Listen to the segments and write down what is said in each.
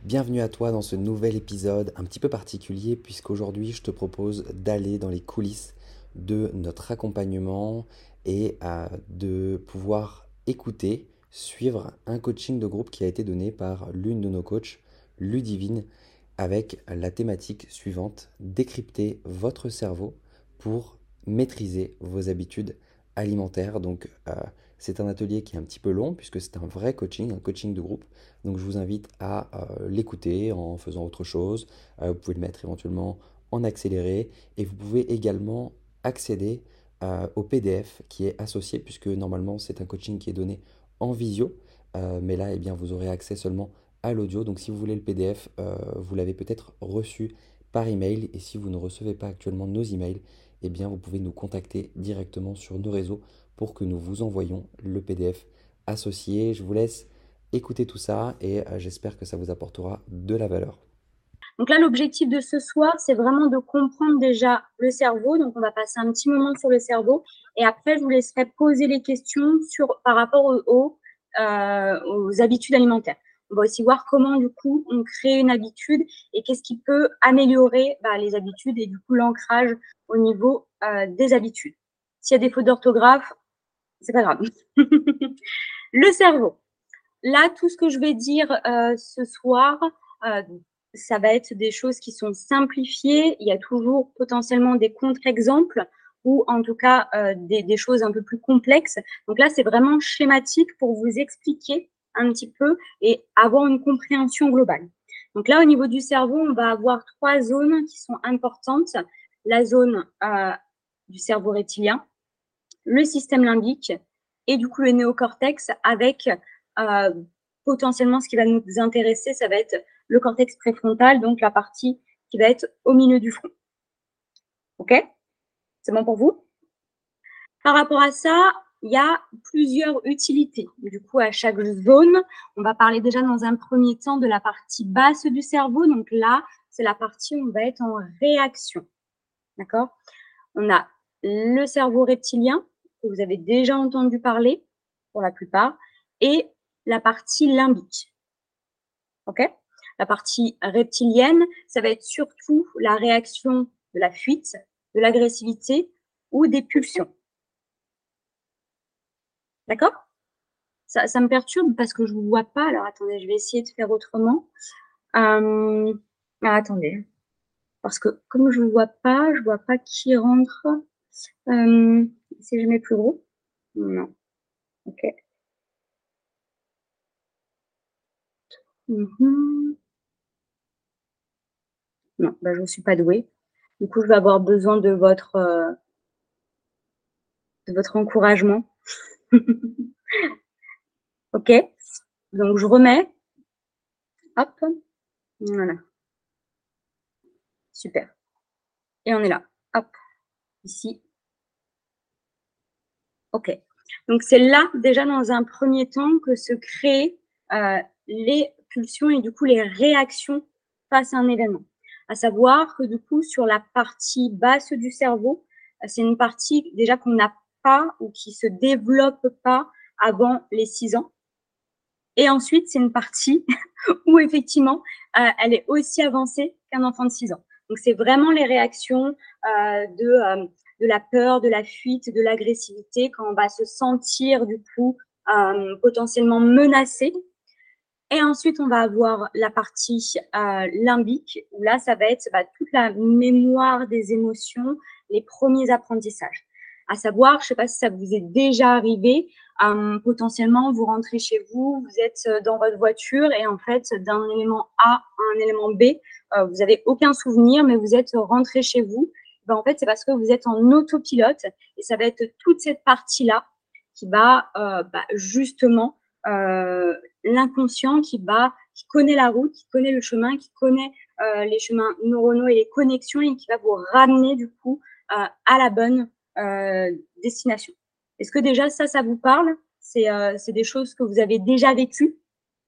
Bienvenue à toi dans ce nouvel épisode un petit peu particulier puisqu'aujourd'hui je te propose d'aller dans les coulisses de notre accompagnement et de pouvoir écouter, suivre un coaching de groupe qui a été donné par l'une de nos coachs, Ludivine, avec la thématique suivante, décrypter votre cerveau pour maîtriser vos habitudes alimentaires. C'est un atelier qui est un petit peu long puisque c'est un vrai coaching, un coaching de groupe. Donc je vous invite à l'écouter en faisant autre chose. Vous pouvez le mettre éventuellement en accéléré et vous pouvez également accéder au PDF qui est associé puisque normalement c'est un coaching qui est donné en visio. Mais là, eh bien, vous aurez accès seulement à l'audio. Donc si vous voulez le PDF, vous l'avez peut-être reçu par email. Et si vous ne recevez pas actuellement nos emails, eh bien, vous pouvez nous contacter directement sur nos réseaux pour que nous vous envoyions le PDF associé. Je vous laisse écouter tout ça et j'espère que ça vous apportera de la valeur. Donc là, l'objectif de ce soir, c'est vraiment de comprendre déjà le cerveau. Donc, on va passer un petit moment sur le cerveau. Et après, je vous laisserai poser les questions par rapport aux habitudes alimentaires. On va aussi voir comment, du coup, on crée une habitude et qu'est-ce qui peut améliorer les habitudes et, du coup, l'ancrage au niveau des habitudes. S'il y a des fautes d'orthographe, c'est pas grave. Le cerveau. Là, tout ce que je vais dire ce soir, euh, ça va être des choses qui sont simplifiées. Il y a toujours potentiellement des contre-exemples ou en tout cas des choses un peu plus complexes. Donc là, c'est vraiment schématique pour vous expliquer un petit peu et avoir une compréhension globale. Donc là, au niveau du cerveau, on va avoir 3 zones qui sont importantes. La zone du cerveau reptilien, le système limbique et du coup le néocortex avec potentiellement ce qui va nous intéresser, ça va être le cortex préfrontal, donc la partie qui va être au milieu du front. Ok? C'est bon pour vous? Par rapport à ça, il y a plusieurs utilités. Du coup, à chaque zone, on va parler déjà dans un premier temps de la partie basse du cerveau. Donc là, c'est la partie où on va être en réaction. D'accord? On a le cerveau reptilien, que vous avez déjà entendu parler, pour la plupart, et la partie limbique. Ok? La partie reptilienne, ça va être surtout la réaction de la fuite, de l'agressivité ou des pulsions. D'accord? Ça me perturbe parce que je ne vous vois pas. Alors, attendez, je vais essayer de faire autrement. Attendez. Parce que comme je ne vois pas, je ne vois pas qui rentre. Si je mets plus gros. Non. Ok. Non, je ne suis pas douée. Du coup, je vais avoir besoin de votre encouragement. Ok. Donc, je remets. Hop. Voilà. Super. Et on est là. Hop. Ici. Ok. Donc, c'est là, déjà, dans un premier temps, que se créent les pulsions et du coup, les réactions face à un événement. À savoir que du coup, sur la partie basse du cerveau, c'est une partie déjà qu'on n'a pas ou qui se développe pas avant les 6 ans. Et ensuite, c'est une partie où effectivement, elle est aussi avancée qu'un enfant de 6 ans. Donc, c'est vraiment les réactions de la peur, de la fuite, de l'agressivité, quand on va se sentir du coup potentiellement menacé. Et ensuite, on va avoir la partie limbique, où là, ça va être toute la mémoire des émotions, les premiers apprentissages. À savoir, je ne sais pas si ça vous est déjà arrivé, potentiellement, vous rentrez chez vous, vous êtes dans votre voiture et en fait, d'un élément A à un élément B, vous n'avez aucun souvenir, mais vous êtes rentré chez vous. En fait, c'est parce que vous êtes en autopilote et ça va être toute cette partie-là qui va justement l'inconscient qui connaît la route, qui connaît le chemin, qui connaît les chemins neuronaux et les connexions et qui va vous ramener du coup à la bonne destination. Est-ce que déjà ça vous parle? C'est des choses que vous avez déjà vécues?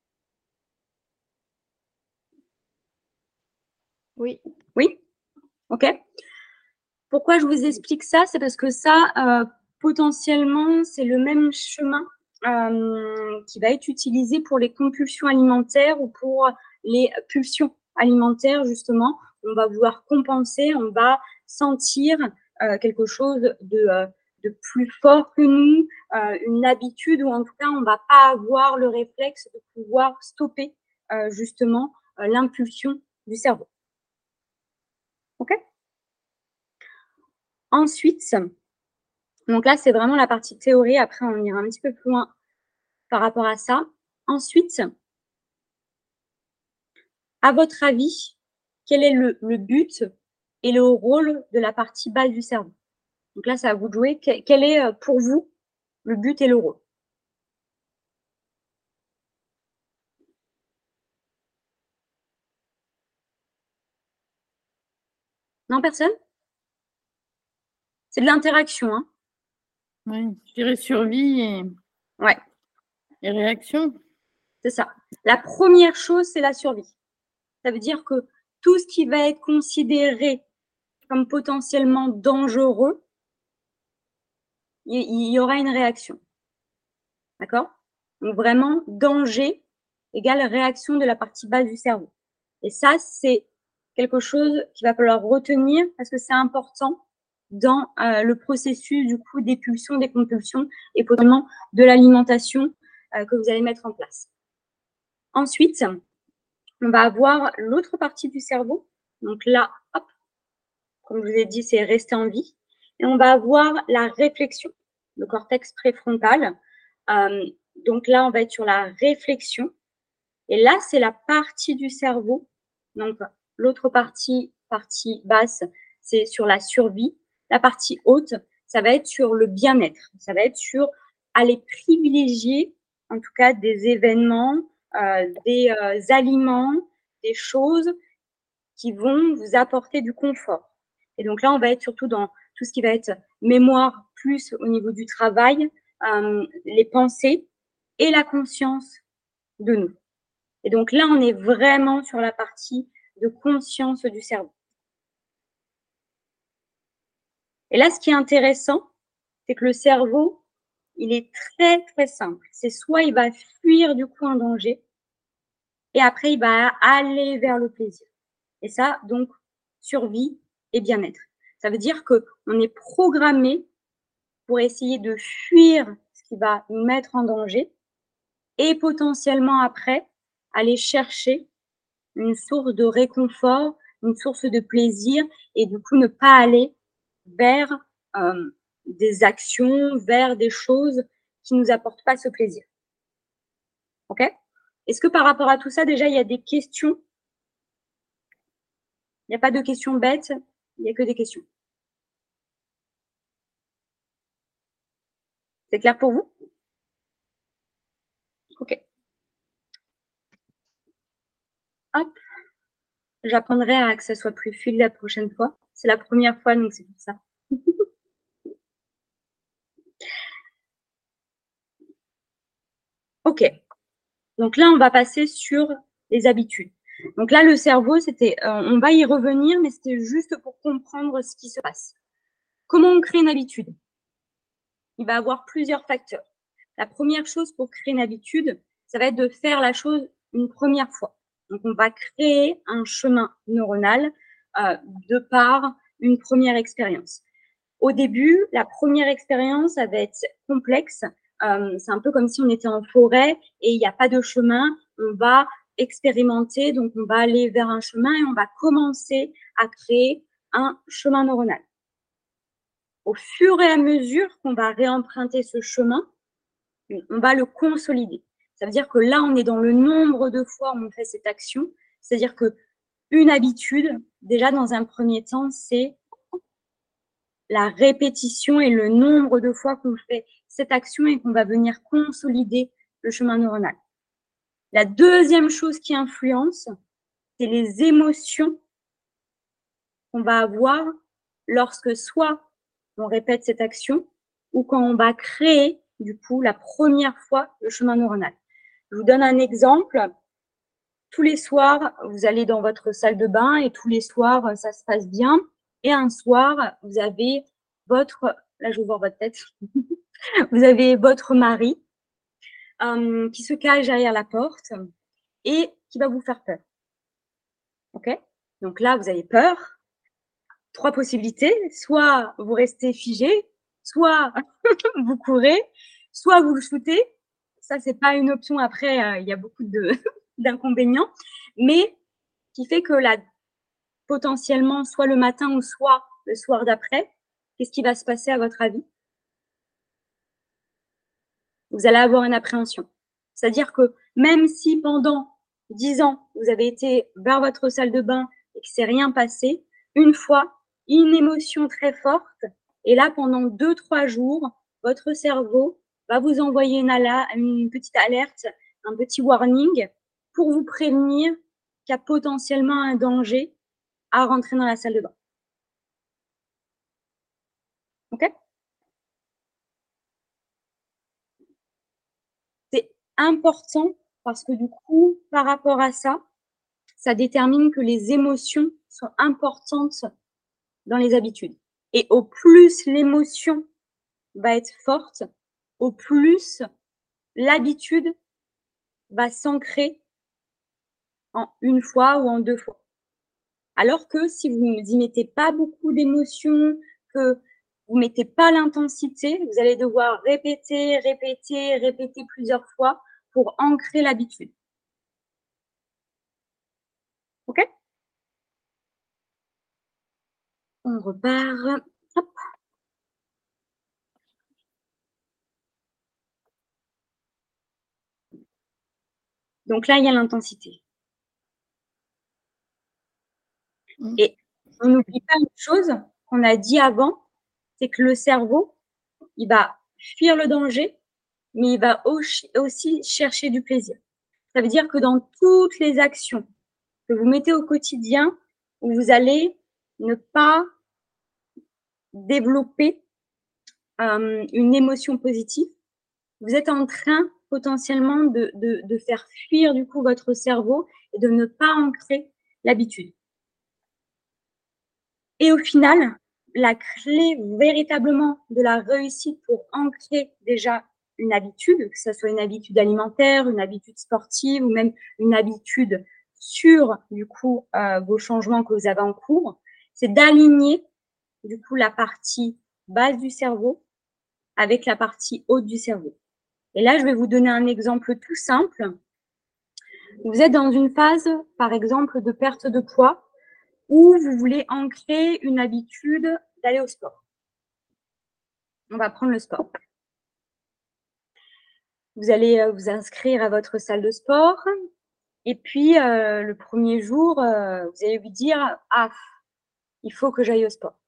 Oui. Oui? Ok. Pourquoi je vous explique ça? C'est parce que ça, potentiellement, c'est le même chemin qui va être utilisé pour les compulsions alimentaires ou pour les pulsions alimentaires, justement. On va vouloir compenser, on va sentir quelque chose de plus fort que nous, une habitude, ou en tout cas, on ne va pas avoir le réflexe de pouvoir stopper justement l'impulsion du cerveau. OK? Ensuite, donc là, c'est vraiment la partie théorie. Après, on ira un petit peu plus loin par rapport à ça. Ensuite, à votre avis, quel est le but et le rôle de la partie basse du cerveau? Donc là, c'est à vous de jouer. Quel est pour vous le but et le rôle? Non, personne? C'est de l'interaction, hein? Oui, je dirais survie Ouais, et réaction. c'est ça. La première chose, c'est la survie. Ça veut dire que tout ce qui va être considéré comme potentiellement dangereux, il y aura une réaction. D'accord? Donc vraiment, danger égale réaction de la partie basse du cerveau. Et ça, c'est quelque chose qu'il va falloir retenir parce que c'est important dans le processus du coup des pulsions, des compulsions et potentiellement de l'alimentation que vous allez mettre en place. Ensuite, on va avoir l'autre partie du cerveau. Donc là, hop, comme je vous ai dit, c'est rester en vie. Et on va avoir la réflexion, le cortex préfrontal. Donc là, on va être sur la réflexion. Et là, c'est la partie du cerveau. Donc, l'autre partie basse, c'est sur la survie. La partie haute, ça va être sur le bien-être. Ça va être sur aller privilégier, en tout cas, des événements, des aliments, des choses qui vont vous apporter du confort. Et donc là, on va être surtout dans tout ce qui va être mémoire, plus au niveau du travail, les pensées et la conscience de nous. Et donc là, on est vraiment sur la partie de conscience du cerveau. Et là, ce qui est intéressant, c'est que le cerveau, il est très, très simple. C'est soit il va fuir du coup un danger, et après, il va aller vers le plaisir. Et ça, donc, survie et bien-être. Ça veut dire qu'on est programmé pour essayer de fuir ce qui va nous mettre en danger et potentiellement après, aller chercher une source de réconfort, une source de plaisir et du coup ne pas aller vers des actions, vers des choses qui ne nous apportent pas ce plaisir. OK? Est-ce que par rapport à tout ça, déjà, il y a des questions? Il n'y a pas de questions bêtes, il n'y a que des questions. C'est clair pour vous? OK. Hop. J'apprendrai à que ça soit plus fluide la prochaine fois. C'est la première fois, donc c'est pour ça. OK. Donc là, on va passer sur les habitudes. Donc là, le cerveau, c'était, on va y revenir, mais c'était juste pour comprendre ce qui se passe. Comment on crée une habitude? Il va y avoir plusieurs facteurs. La première chose pour créer une habitude, ça va être de faire la chose une première fois. Donc, on va créer un chemin neuronal de par une première expérience. Au début, la première expérience, ça va être complexe. C'est un peu comme si on était en forêt et il n'y a pas de chemin. On va expérimenter, donc on va aller vers un chemin et on va commencer à créer un chemin neuronal. Au fur et à mesure qu'on va réemprunter ce chemin, on va le consolider. Ça veut dire que là, on est dans le nombre de fois où on fait cette action. C'est-à-dire qu'une habitude, déjà dans un premier temps, c'est la répétition et le nombre de fois qu'on fait cette action et qu'on va venir consolider le chemin neuronal. La deuxième chose qui influence, c'est les émotions qu'on va avoir lorsque soit on répète cette action ou quand on va créer du coup la première fois le chemin neuronal. Je vous donne un exemple. Tous les soirs, vous allez dans votre salle de bain et tous les soirs, ça se passe bien. Et un soir, vous avez votre, là je vais voir votre tête, vous avez votre mari qui se cache derrière la porte et qui va vous faire peur. OK? Donc là, vous avez peur. 3 possibilités, soit vous restez figé, soit vous courez, soit vous le shootez. Ça, c'est pas une option après, il y a beaucoup de d'inconvénients, mais qui fait que là, potentiellement, soit le matin ou soit le soir d'après, qu'est-ce qui va se passer à votre avis? Vous allez avoir une appréhension. C'est-à-dire que même si pendant 10 ans, vous avez été vers votre salle de bain et que c'est rien passé, une fois, une émotion très forte, et là, pendant 2-3 jours, votre cerveau va vous envoyer une petite alerte, un petit warning pour vous prévenir qu'il y a potentiellement un danger à rentrer dans la salle de bain. OK? C'est important parce que du coup, par rapport à ça, ça détermine que les émotions sont importantes dans les habitudes. Et au plus l'émotion va être forte, au plus l'habitude va s'ancrer en une fois ou en 2 fois. Alors que si vous n'y mettez pas beaucoup d'émotions, que vous mettez pas l'intensité, vous allez devoir répéter, répéter, répéter plusieurs fois pour ancrer l'habitude. OK? On repart. Hop. Donc là, il y a l'intensité. Et on n'oublie pas une chose qu'on a dit avant, c'est que le cerveau, il va fuir le danger, mais il va aussi chercher du plaisir. Ça veut dire que dans toutes les actions que vous mettez au quotidien, où vous allez ne pas développer une émotion positive, vous êtes en train potentiellement de faire fuir du coup votre cerveau et de ne pas ancrer l'habitude. Et au final, la clé véritablement de la réussite pour ancrer déjà une habitude, que ce soit une habitude alimentaire, une habitude sportive ou même une habitude sur du coup vos changements que vous avez en cours, c'est d'aligner du coup la partie basse du cerveau avec la partie haute du cerveau. Et là, je vais vous donner un exemple tout simple. Vous êtes dans une phase, par exemple, de perte de poids où vous voulez ancrer une habitude d'aller au sport. On va prendre le sport. Vous allez vous inscrire à votre salle de sport et puis le premier jour, vous allez vous dire « Ah, il faut que j'aille au sport.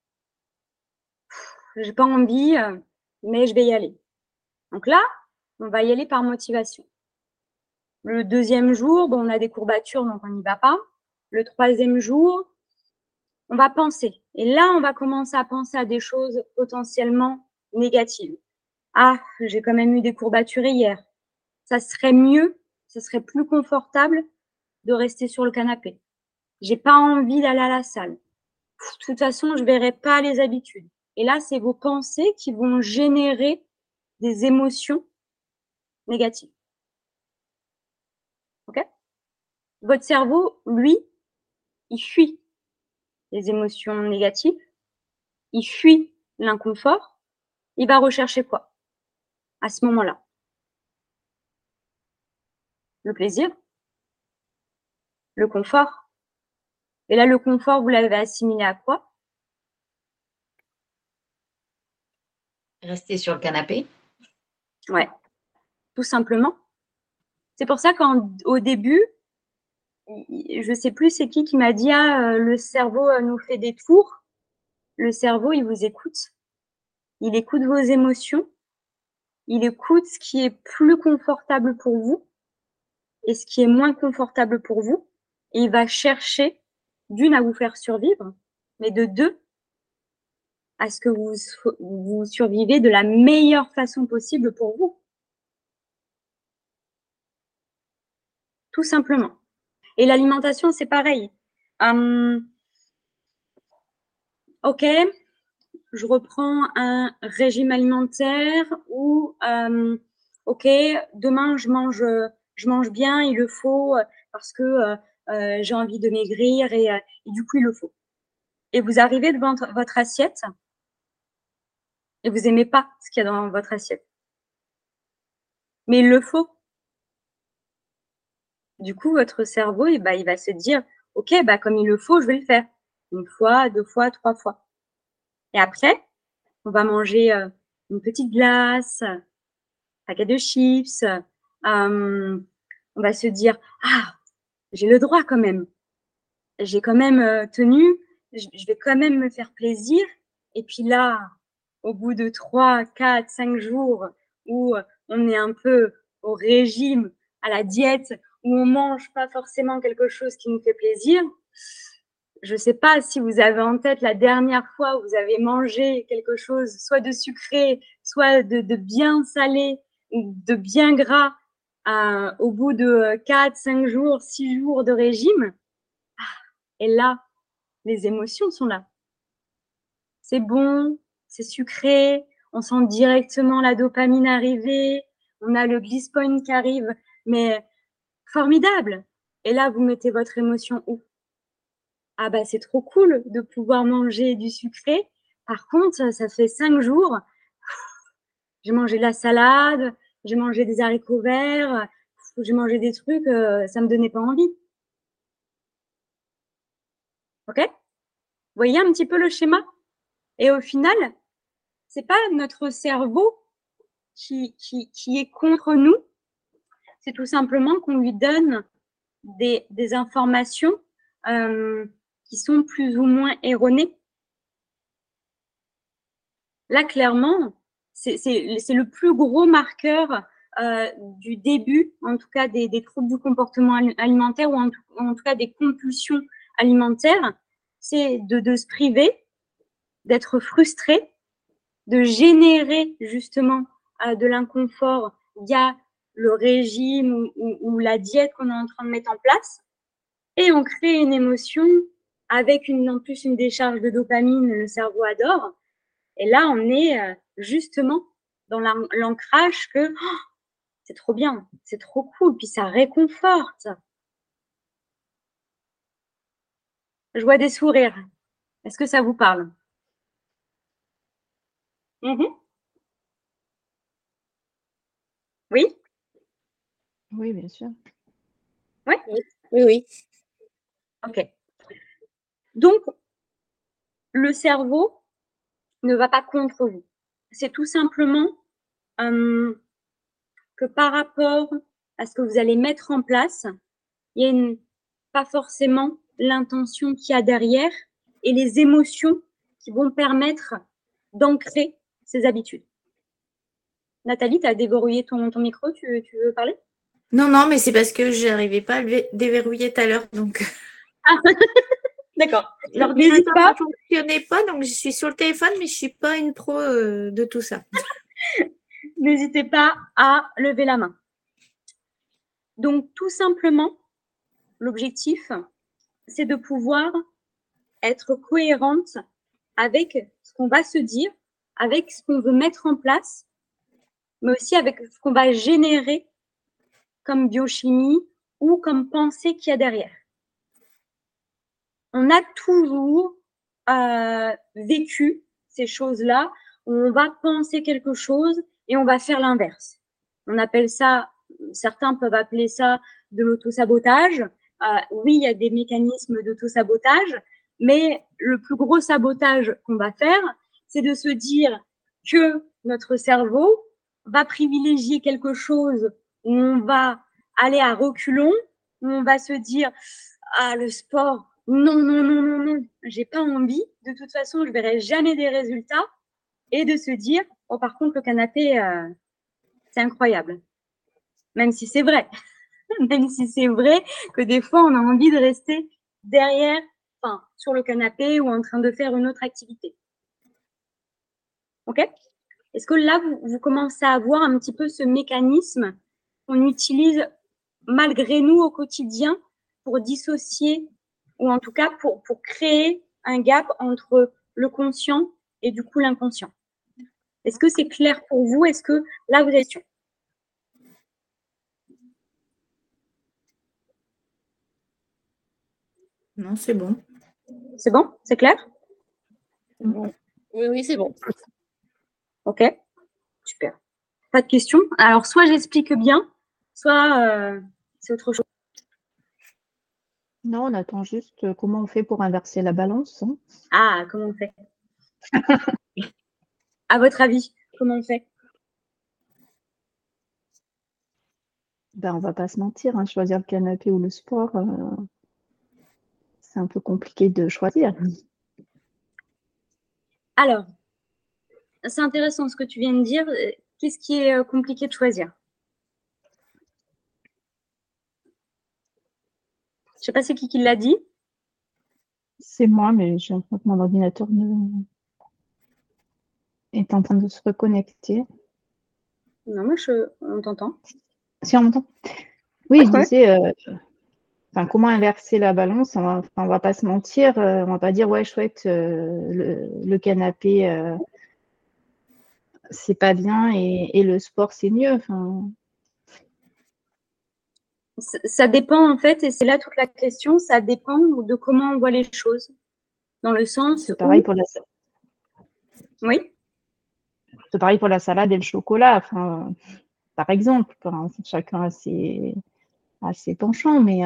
J'ai pas envie, mais je vais y aller. » Donc là, on va y aller par motivation. Le deuxième jour, bon, on a des courbatures, donc on n'y va pas. Le troisième jour, on va penser. Et là, on va commencer à penser à des choses potentiellement négatives. Ah, j'ai quand même eu des courbatures hier. Ça serait mieux, ça serait plus confortable de rester sur le canapé. J'ai pas envie d'aller à la salle. De toute façon, je verrai pas les habitudes. Et là, c'est vos pensées qui vont générer des émotions négatives. OK? Votre cerveau, lui, il fuit les émotions négatives, il fuit l'inconfort, il va rechercher quoi à ce moment-là? Le plaisir, le confort. Et là, le confort, vous l'avez assimilé à quoi? Rester sur le canapé. Ouais, tout simplement. C'est pour ça qu'au début, je sais plus c'est qui m'a dit ah le cerveau nous fait des tours. Le cerveau, il vous écoute. Il écoute vos émotions. Il écoute ce qui est plus confortable pour vous et ce qui est moins confortable pour vous. Et il va chercher, d'une, à vous faire survivre, mais de deux, à ce que vous survivez de la meilleure façon possible pour vous. Tout simplement. Et l'alimentation, c'est pareil. Ok, je reprends un régime alimentaire où, ok, demain je mange bien, il le faut parce que j'ai envie de maigrir et du coup, il le faut. Et vous arrivez devant votre assiette et vous n'aimez pas ce qu'il y a dans votre assiette. Mais il le faut. Du coup, votre cerveau, il va se dire, OK, comme il le faut, je vais le faire. 1 fois, 2 fois, 3 fois. Et après, on va manger une petite glace, un paquet de chips. On va se dire, ah, j'ai le droit quand même. J'ai quand même tenu. Je vais quand même me faire plaisir. Et puis là, au bout de 3, 4, 5 jours où on est un peu au régime, à la diète, où on mange pas forcément quelque chose qui nous fait plaisir. Je sais pas si vous avez en tête la dernière fois où vous avez mangé quelque chose, soit de sucré, soit de bien salé, ou de bien gras, au bout de 4, 5 jours, 6 jours de régime. Et là, les émotions sont là. C'est bon, c'est sucré, on sent directement la dopamine arriver, on a le bliss point qui arrive, mais formidable. Et là, vous mettez votre émotion où? Ah c'est trop cool de pouvoir manger du sucré. Par contre, ça fait 5 jours, j'ai mangé de la salade, j'ai mangé des haricots verts, j'ai mangé des trucs, ça me donnait pas envie. OK? Vous voyez un petit peu le schéma? Et au final, c'est pas notre cerveau qui est contre nous, c'est tout simplement qu'on lui donne des informations qui sont plus ou moins erronées. Là, clairement, c'est le plus gros marqueur du début, en tout cas des troubles du comportement alimentaire ou en tout cas des compulsions alimentaires, c'est de se priver, d'être frustré, de générer justement de l'inconfort via le régime ou la diète qu'on est en train de mettre en place. Et on crée une émotion avec en plus une décharge de dopamine, le cerveau adore. Et là, on est justement dans l'ancrage que c'est trop bien, c'est trop cool, puis ça réconforte. Je vois des sourires. Est-ce que ça vous parle? Oui? Oui, bien sûr. Oui? Oui. OK. Donc, le cerveau ne va pas contre vous. C'est tout simplement que par rapport à ce que vous allez mettre en place, il y a pas forcément l'intention qu'il y a derrière et les émotions qui vont permettre d'ancrer ces habitudes. Nathalie, tu as déverrouillé ton micro, tu veux parler? Non, mais c'est parce que je n'arrivais pas à le déverrouiller tout à l'heure. Donc, D'accord. l'ordinateur ne fonctionnait pas, donc je suis sur le téléphone, mais je ne suis pas une pro de tout ça. N'hésitez pas à lever la main. Donc, tout simplement, l'objectif, c'est de pouvoir être cohérente avec ce qu'on va se dire, avec ce qu'on veut mettre en place, mais aussi avec ce qu'on va générer comme biochimie ou comme pensée qu'il y a derrière. On a toujours vécu ces choses-là où on va penser quelque chose et on va faire l'inverse. On appelle ça, certains peuvent appeler ça de l'autosabotage. Oui, il y a des mécanismes d'autosabotage, mais le plus gros sabotage qu'on va faire, c'est de se dire que notre cerveau va privilégier quelque chose où on va aller à reculons, où on va se dire « Ah, le sport, non, j'ai pas envie. De toute façon, je verrai jamais des résultats. » Et de se dire « Oh, par contre, le canapé, c'est incroyable. » Même si c'est vrai. Même si c'est vrai que des fois, on a envie de rester derrière, enfin, sur le canapé ou en train de faire une autre activité. OK? Est-ce que là, vous commencez à voir un petit peu ce mécanisme qu'on utilise malgré nous au quotidien pour dissocier ou en tout cas pour créer un gap entre le conscient et du coup l'inconscient? Est-ce que c'est clair pour vous? Est-ce que là, vous êtes sûr? Non, c'est bon. C'est bon? C'est clair? Bon. Oui, c'est bon. Ok, super. Pas de questions? Alors, soit j'explique bien, soit c'est autre chose. Non, on attend juste comment on fait pour inverser la balance, hein. Ah, comment on fait? À votre avis, comment on fait? Ben, on va pas se mentir, hein, choisir le canapé ou le sport, c'est un peu compliqué de choisir. Alors, c'est intéressant ce que tu viens de dire. Qu'est-ce qui est compliqué de choisir? Je sais pas c'est qui l'a dit. C'est moi, mais j'ai l'impression que mon ordinateur est en train de se reconnecter. Non, moi, on t'entend. Si on m'entend? Oui, je Ouais. disais, comment inverser la balance? On va pas se mentir, on va pas dire ouais chouette, le canapé c'est pas bien et le sport c'est mieux. Enfin, Ça dépend en fait, et c'est là toute la question, ça dépend de comment on voit les choses. Dans le sens c'est pareil où, pour oui, c'est pareil pour la salade et le chocolat. Enfin, par exemple, enfin, chacun a ses penchants, mais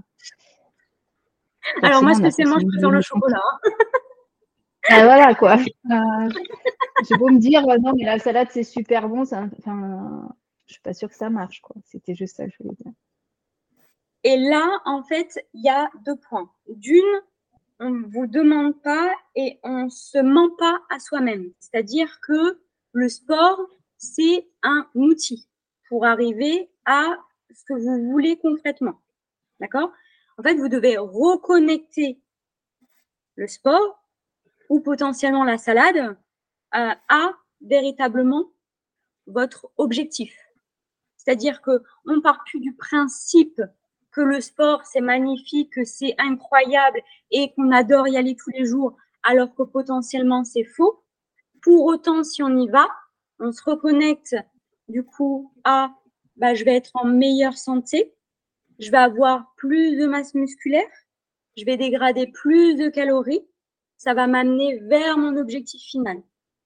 alors moi forcément on a spécialement je forcément des préfère le émotions. chocolat. Ah, voilà quoi. J'ai beau me dire non mais la salade c'est super bon, enfin, je suis pas sûre que ça marche quoi. C'était juste ça que je voulais dire. Et là, en fait, il y a 2 points. D'une, on ne vous demande pas et on ne se ment pas à soi-même. C'est-à-dire que le sport, c'est un outil pour arriver à ce que vous voulez concrètement. D'accord? En fait, vous devez reconnecter le sport ou potentiellement la salade à véritablement votre objectif. C'est-à-dire qu'on ne part plus du principe que le sport, c'est magnifique, que c'est incroyable et qu'on adore y aller tous les jours, alors que potentiellement, c'est faux. Pour autant, si on y va, on se reconnecte du coup à je vais être en meilleure santé, je vais avoir plus de masse musculaire, je vais dégrader plus de calories, ça va m'amener vers mon objectif final.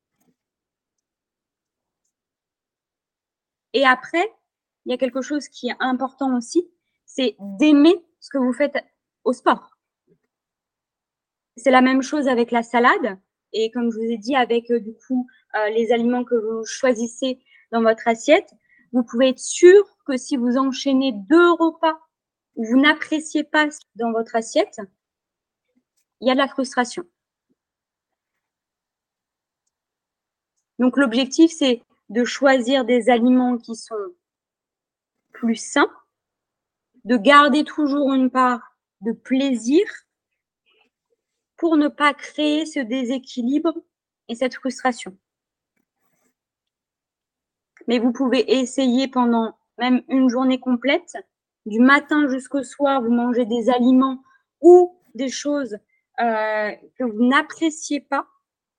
Et après, il y a quelque chose qui est important aussi, c'est d'aimer ce que vous faites au sport. C'est la même chose avec la salade. Et comme je vous ai dit, avec du coup les aliments que vous choisissez dans votre assiette, vous pouvez être sûr que si vous enchaînez 2 repas où vous n'appréciez pas dans votre assiette, il y a de la frustration. Donc l'objectif, c'est de choisir des aliments qui sont plus sains, de garder toujours une part de plaisir pour ne pas créer ce déséquilibre et cette frustration. Mais vous pouvez essayer pendant même une journée complète, du matin jusqu'au soir, vous mangez des aliments ou des choses que vous n'appréciez pas.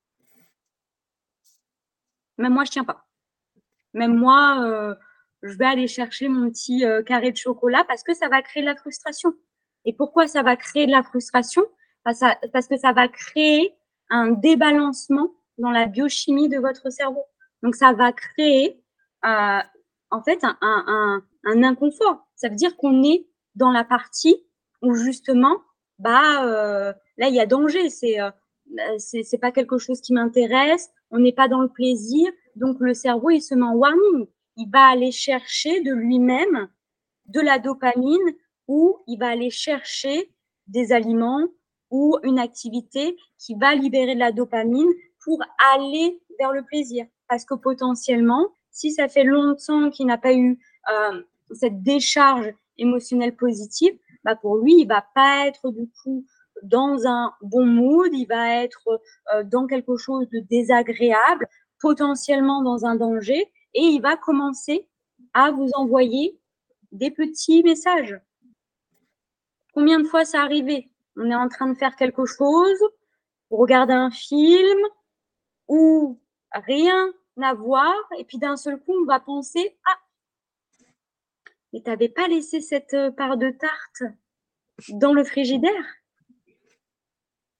Même moi, je tiens pas. Même moi, je vais aller chercher mon petit carré de chocolat parce que ça va créer de la frustration. Et pourquoi ça va créer de la frustration? Parce que ça va créer un débalancement dans la biochimie de votre cerveau. Donc, ça va créer en fait un inconfort. Ça veut dire qu'on est dans la partie où justement, là, il y a danger. C'est pas quelque chose qui m'intéresse. On n'est pas dans le plaisir. Donc, le cerveau, il se met en warning. Il va aller chercher de lui-même de la dopamine ou il va aller chercher des aliments ou une activité qui va libérer de la dopamine pour aller vers le plaisir. Parce que potentiellement, si ça fait longtemps qu'il n'a pas eu cette décharge émotionnelle positive, pour lui, il ne va pas être du coup dans un bon mood, il va être dans quelque chose de désagréable, potentiellement dans un danger, et il va commencer à vous envoyer des petits messages. Combien de fois ça arrivé? On est en train de faire quelque chose, regarder un film ou rien à voir, et puis d'un seul coup, on va penser « Ah, mais t'avais pas laissé cette part de tarte dans le frigidaire ?»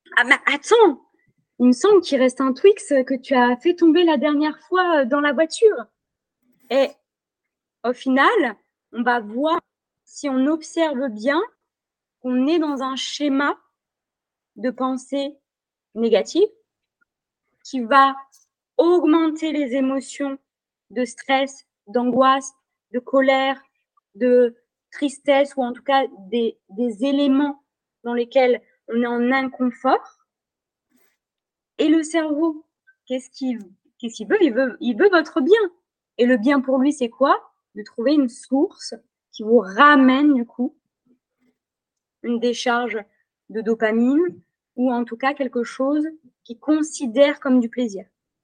Ah, mais attends, il me semble qu'il reste un Twix que tu as fait tomber la dernière fois dans la voiture. Et au final, on va voir, si on observe bien, qu'on est dans un schéma de pensée négative qui va augmenter les émotions de stress, d'angoisse, de colère, de tristesse, ou en tout cas des éléments dans lesquels on est en inconfort. Et le cerveau, qu'est-ce qu'il veut? Il veut votre bien. Et le bien pour lui, c'est quoi? De trouver une source qui vous ramène du coup une décharge de dopamine, ou en tout cas quelque chose qu'il considère comme du plaisir.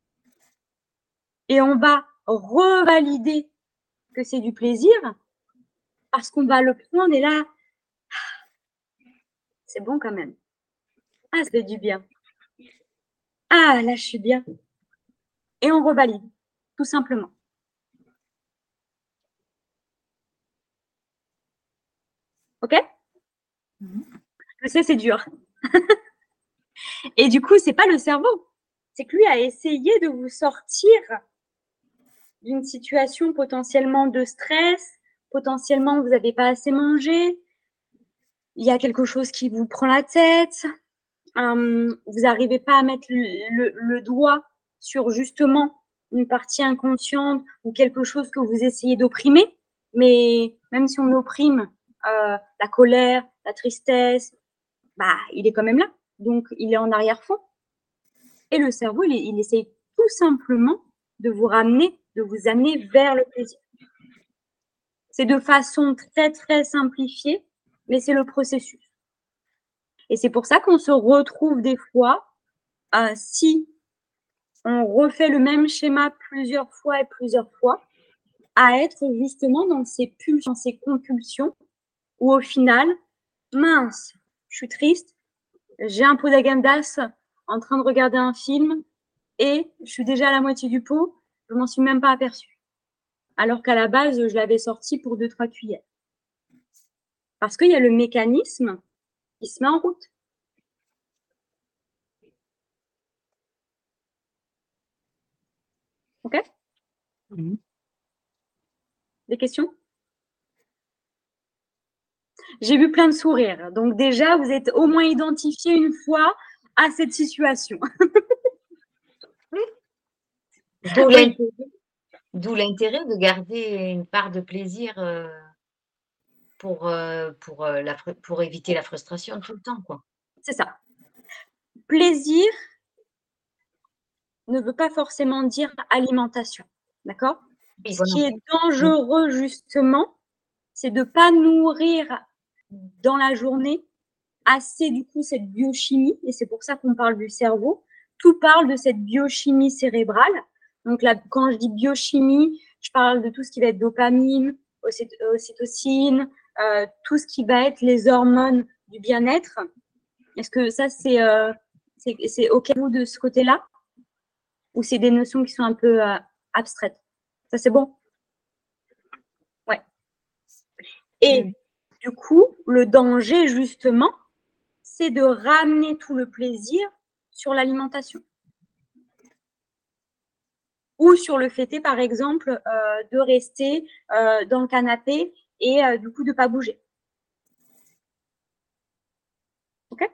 Et on va revalider que c'est du plaisir parce qu'on va le prendre et là, c'est bon quand même. Ah, ça fait du bien. Ah, là, je suis bien. Et on revalide, tout simplement. OK? Je sais, c'est dur. Et du coup, c'est pas le cerveau. C'est que lui a essayé de vous sortir d'une situation potentiellement de stress, potentiellement vous n'avez pas assez mangé, il y a quelque chose qui vous prend la tête, vous n'arrivez pas à mettre le doigt sur justement une partie inconsciente ou quelque chose que vous essayez d'opprimer. Mais même si on opprime la colère, la tristesse, bah, il est quand même là. Donc, il est en arrière-fond. Et le cerveau, il essaye tout simplement de vous ramener, de vous amener vers le plaisir. C'est de façon très, très simplifiée, mais c'est le processus. Et c'est pour ça qu'on se retrouve des fois, si on refait le même schéma plusieurs fois, à être justement dans ces pulsions, dans ces compulsions, où au final, mince, je suis triste, j'ai un pot d'agendas en train de regarder un film et je suis déjà à la moitié du pot, je m'en suis même pas aperçue. Alors qu'à la base, je l'avais sorti pour 2-3 cuillères. Parce qu'il y a le mécanisme qui se met en route. OK? Des questions? J'ai vu plein de sourires. Donc déjà, vous êtes au moins identifié une fois à cette situation. D'où l'intérêt de garder une part de plaisir pour éviter la frustration tout le temps, quoi. C'est ça. Plaisir ne veut pas forcément dire alimentation. D'accord? Oui, Ce qui voilà. est dangereux, justement, c'est de ne pas nourrir dans la journée assez, du coup, cette biochimie. Et c'est pour ça qu'on parle du cerveau. Tout parle de cette biochimie cérébrale. Donc là, quand je dis biochimie, je parle de tout ce qui va être dopamine, ocytocine, tout ce qui va être les hormones du bien-être. Est-ce que ça, c'est OK pour vous de ce côté-là? Ou c'est des notions qui sont un peu abstraites? Ça, c'est bon? Ouais. Et du coup, le danger, justement, c'est de ramener tout le plaisir sur l'alimentation. Ou sur le fait, par exemple, de rester dans le canapé et du coup de ne pas bouger. OK?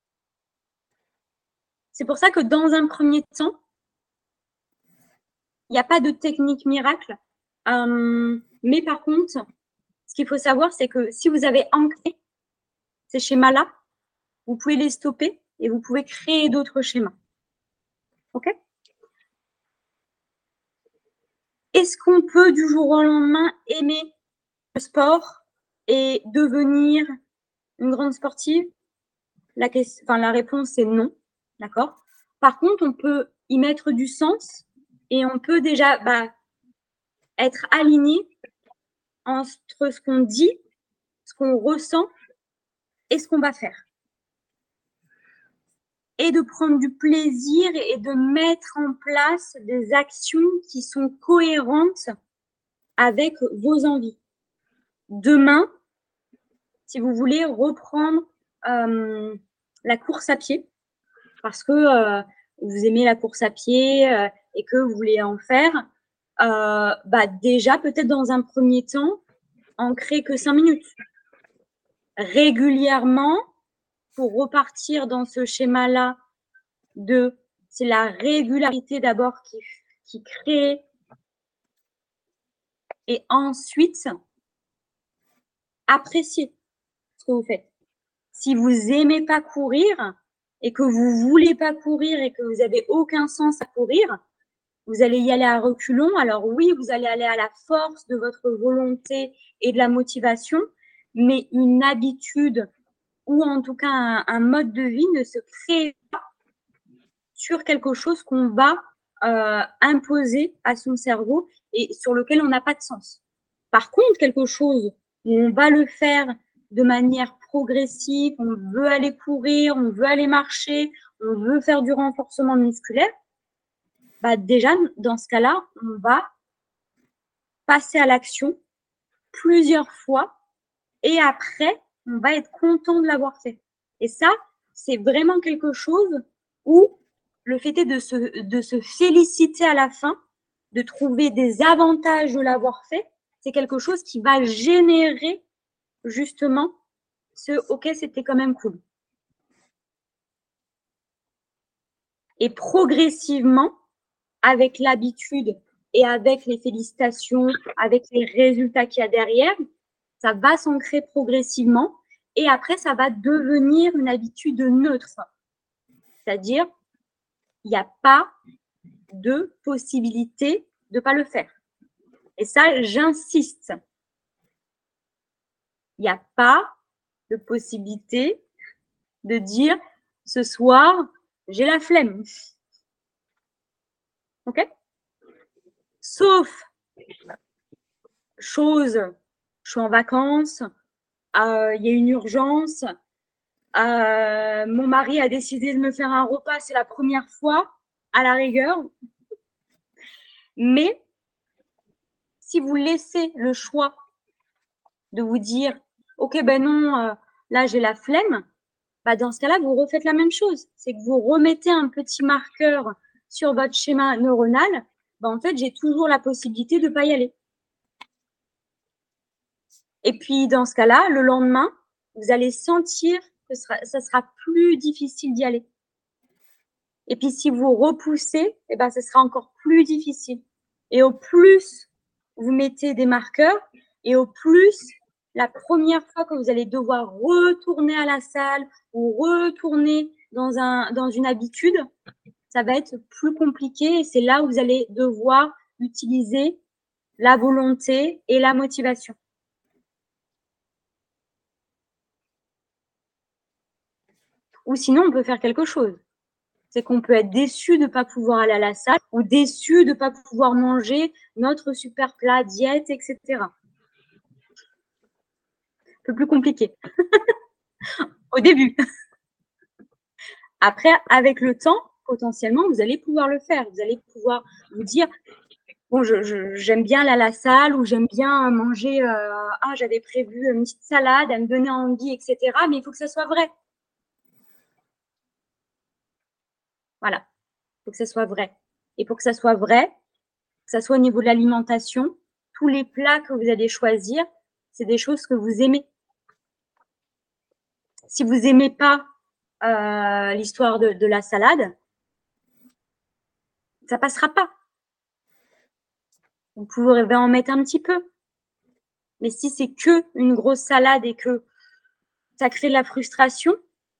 C'est pour ça que dans un premier temps, il n'y a pas de technique miracle. Mais par contre, ce qu'il faut savoir, c'est que si vous avez ancré ces schémas-là, vous pouvez les stopper et vous pouvez créer d'autres schémas. OK? Est-ce qu'on peut du jour au lendemain aimer le sport et devenir une grande sportive? La réponse est non. D'accord? Par contre, on peut y mettre du sens et on peut déjà être aligné entre ce qu'on dit, ce qu'on ressent et ce qu'on va faire. Et de prendre du plaisir et de mettre en place des actions qui sont cohérentes avec vos envies. Demain, si vous voulez reprendre la course à pied, parce que vous aimez la course à pied et que vous voulez en faire, déjà, peut-être dans un premier temps, ancrer que 5 minutes. Régulièrement, pour repartir dans ce schéma-là c'est la régularité d'abord qui crée, et ensuite, apprécier ce que vous faites. Si vous n'aimez pas courir et que vous ne voulez pas courir et que vous n'avez aucun sens à courir, vous allez y aller à reculons. Alors oui, vous allez aller à la force de votre volonté et de la motivation, mais une habitude ou en tout cas un mode de vie ne se crée pas sur quelque chose qu'on va imposer à son cerveau et sur lequel on n'a pas de sens. Par contre, quelque chose où on va le faire de manière progressive, on veut aller courir, on veut aller marcher, on veut faire du renforcement musculaire, déjà, dans ce cas-là, on va passer à l'action plusieurs fois et après, on va être content de l'avoir fait. Et ça, c'est vraiment quelque chose où le fait est de se féliciter à la fin, de trouver des avantages de l'avoir fait, c'est quelque chose qui va générer justement OK, c'était quand même cool. Et progressivement, avec l'habitude et avec les félicitations, avec les résultats qu'il y a derrière, ça va s'ancrer progressivement et après, ça va devenir une habitude neutre. C'est-à-dire, il n'y a pas de possibilité de ne pas le faire. Et ça, j'insiste. Il n'y a pas de possibilité de dire ce soir, j'ai la flemme. OK? Sauf chose, je suis en vacances, il y a une urgence, mon mari a décidé de me faire un repas, c'est la première fois, à la rigueur. Mais si vous laissez le choix de vous dire OK, non, là j'ai la flemme, dans ce cas-là, vous refaites la même chose. C'est que vous remettez un petit marqueur sur votre schéma neuronal. En fait, j'ai toujours la possibilité de ne pas y aller. Et puis, dans ce cas-là, le lendemain, vous allez sentir que ça sera plus difficile d'y aller. Et puis, si vous repoussez, ce sera encore plus difficile. Et au plus, vous mettez des marqueurs, et au plus, la première fois que vous allez devoir retourner à la salle ou retourner dans une habitude, ça va être plus compliqué et c'est là où vous allez devoir utiliser la volonté et la motivation. Ou sinon, on peut faire quelque chose. C'est qu'on peut être déçu de ne pas pouvoir aller à la salle ou déçu de ne pas pouvoir manger notre super plat diète, etc. Un peu plus compliqué au début. Après, avec le temps, potentiellement, vous allez pouvoir le faire. Vous allez pouvoir vous dire, bon, j'aime bien aller à la salle ou j'aime bien manger, j'avais prévu une petite salade, à me donner envie, etc. Mais il faut que ça soit vrai. Voilà, il faut que ça soit vrai. Et pour que ça soit vrai, que ça soit au niveau de l'alimentation, tous les plats que vous allez choisir, c'est des choses que vous aimez. Si vous n'aimez pas l'histoire de la salade, ça ne passera pas. Vous pouvez en mettre un petit peu. Mais si c'est que une grosse salade et que ça crée de la frustration,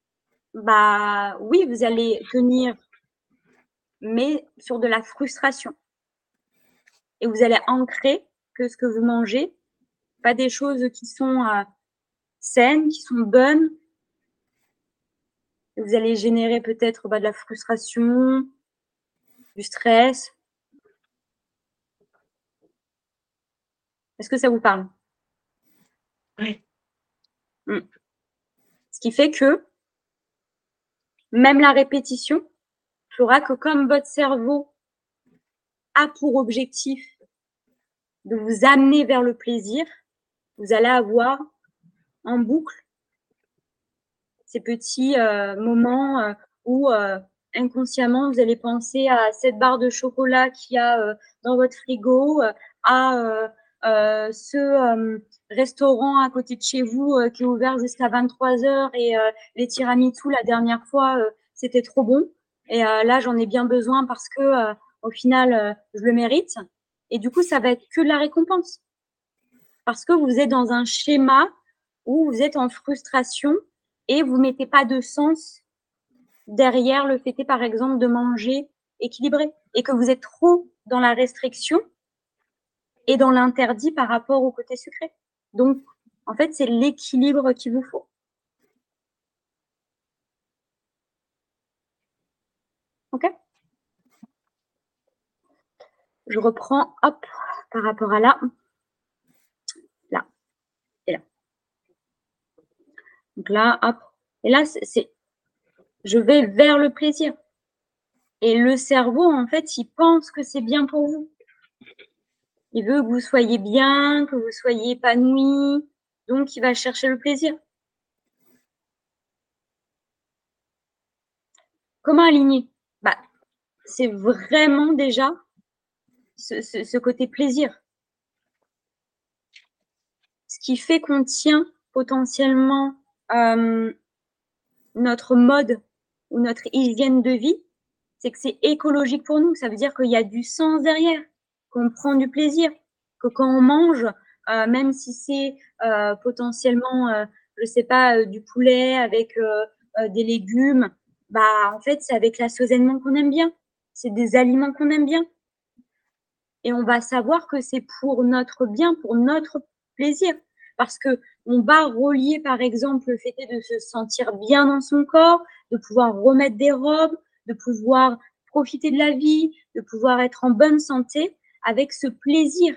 oui, vous allez tenir, mais sur de la frustration. Et vous allez ancrer que ce que vous mangez, pas des choses qui sont saines, qui sont bonnes. Et vous allez générer peut-être de la frustration, du stress. Est-ce que ça vous parle? Oui. Ce qui fait que même la répétition fera que comme votre cerveau a pour objectif de vous amener vers le plaisir, vous allez avoir en boucle ces petits moments où inconsciemment, vous allez penser à cette barre de chocolat qu'il y a dans votre frigo, à ce restaurant à côté de chez vous qui est ouvert jusqu'à 23h et les tiramisu, la dernière fois, c'était trop bon. Et là, j'en ai bien besoin parce que au final, je le mérite. Et du coup, ça va être que de la récompense. Parce que vous êtes dans un schéma où vous êtes en frustration et vous ne mettez pas de sens derrière le fait, par exemple, de manger équilibré et que vous êtes trop dans la restriction et dans l'interdit par rapport au côté sucré. Donc, en fait, c'est l'équilibre qu'il vous faut. OK? Je reprends, hop, par rapport à là et là. Donc là, hop. Et là, je vais vers le plaisir. Et le cerveau, en fait, il pense que c'est bien pour vous. Il veut que vous soyez bien, que vous soyez épanoui. Donc, il va chercher le plaisir. Comment aligner? Bah, c'est vraiment déjà ce côté plaisir. Ce qui fait qu'on tient potentiellement notre mode ou notre hygiène de vie, c'est que c'est écologique pour nous. Ça veut dire qu'il y a du sens derrière, qu'on prend du plaisir, que quand on mange, même si c'est potentiellement, je sais pas, du poulet avec des légumes, bah en fait c'est avec l'assaisonnement qu'on aime bien. C'est des aliments qu'on aime bien. Et on va savoir que c'est pour notre bien, pour notre plaisir. Parce que on va relier, par exemple, le fait de se sentir bien dans son corps, de pouvoir remettre des robes, de pouvoir profiter de la vie, de pouvoir être en bonne santé avec ce plaisir.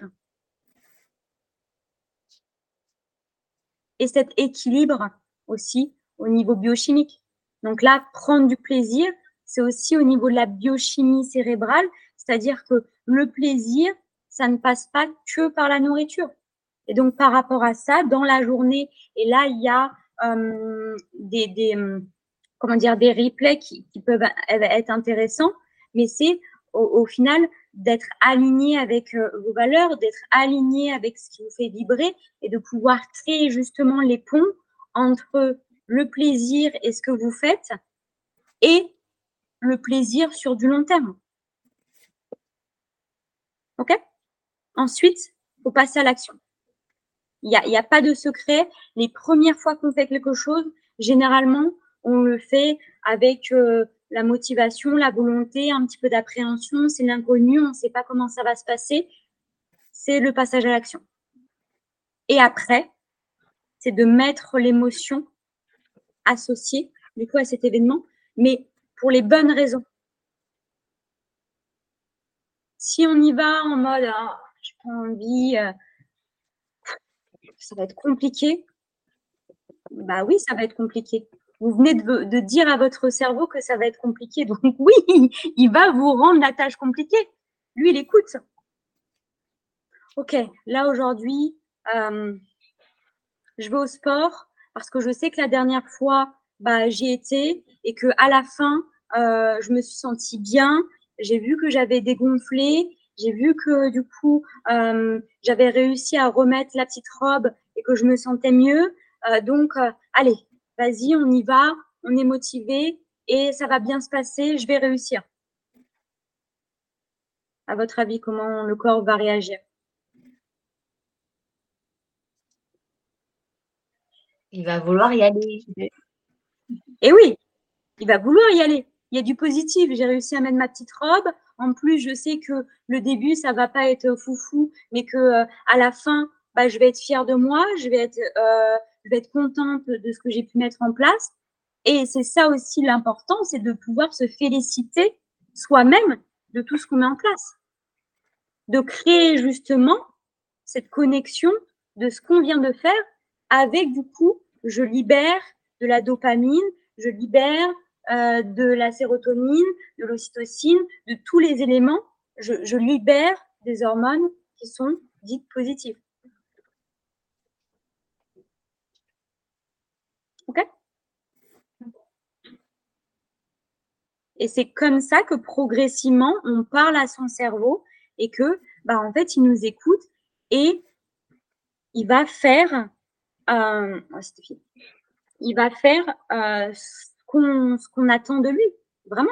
Et cet équilibre aussi au niveau biochimique. Donc là, prendre du plaisir, c'est aussi au niveau de la biochimie cérébrale, c'est-à-dire que le plaisir, ça ne passe pas que par la nourriture. Et donc, par rapport à ça, dans la journée, et là, il y a des replays qui peuvent être intéressants, mais c'est au final d'être aligné avec vos valeurs, d'être aligné avec ce qui vous fait vibrer et de pouvoir créer justement les ponts entre le plaisir et ce que vous faites et le plaisir sur du long terme. OK? Ensuite, il faut passer à l'action. Il n'y a pas de secret. Les premières fois qu'on fait quelque chose, généralement, on le fait avec la motivation, la volonté, un petit peu d'appréhension. C'est l'inconnu, on ne sait pas comment ça va se passer. C'est le passage à l'action. Et après, c'est de mettre l'émotion associée du coup à cet événement, mais pour les bonnes raisons. Si on y va en mode j'ai pas envie, ça va être compliqué, bah oui, ça va être compliqué. Vous venez de dire à votre cerveau que ça va être compliqué. Donc oui, il va vous rendre la tâche compliquée. Lui, il écoute. OK, là aujourd'hui, je vais au sport parce que je sais que la dernière fois, bah, j'y étais et qu'à la fin, je me suis sentie bien. J'ai vu que j'avais dégonflé. J'ai vu que du coup, j'avais réussi à remettre la petite robe et que je me sentais mieux. Donc, allez, vas-y, on y va. On est motivé et ça va bien se passer. Je vais réussir. À votre avis, comment le corps va réagir? Il va vouloir y aller. Et oui, il va vouloir y aller. Il y a du positif. J'ai réussi à mettre ma petite robe. En plus, je sais que le début, ça va pas être foufou, mais que à la fin, bah, je vais être fière de moi. Je vais être contente de ce que j'ai pu mettre en place. Et c'est ça aussi l'important, c'est de pouvoir se féliciter soi-même de tout ce qu'on met en place. De créer justement cette connexion de ce qu'on vient de faire avec du coup, je libère de la dopamine, je libère de la sérotonine, de l'ocytocine, de tous les éléments, je libère des hormones qui sont dites positives. OK? Et c'est comme ça que progressivement, on parle à son cerveau et que, en fait, il nous écoute et il va faire, il va faire ce qu'on attend de lui, vraiment.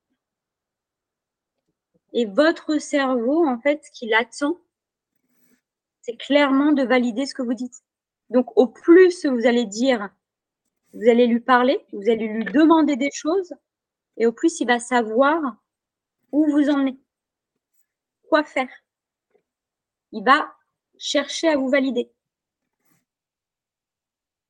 Et votre cerveau, en fait, ce qu'il attend, c'est clairement de valider ce que vous dites. Donc, au plus vous allez dire, vous allez lui parler, vous allez lui demander des choses, et au plus il va savoir où vous emmenez, quoi faire. Il va chercher à vous valider. Ok ?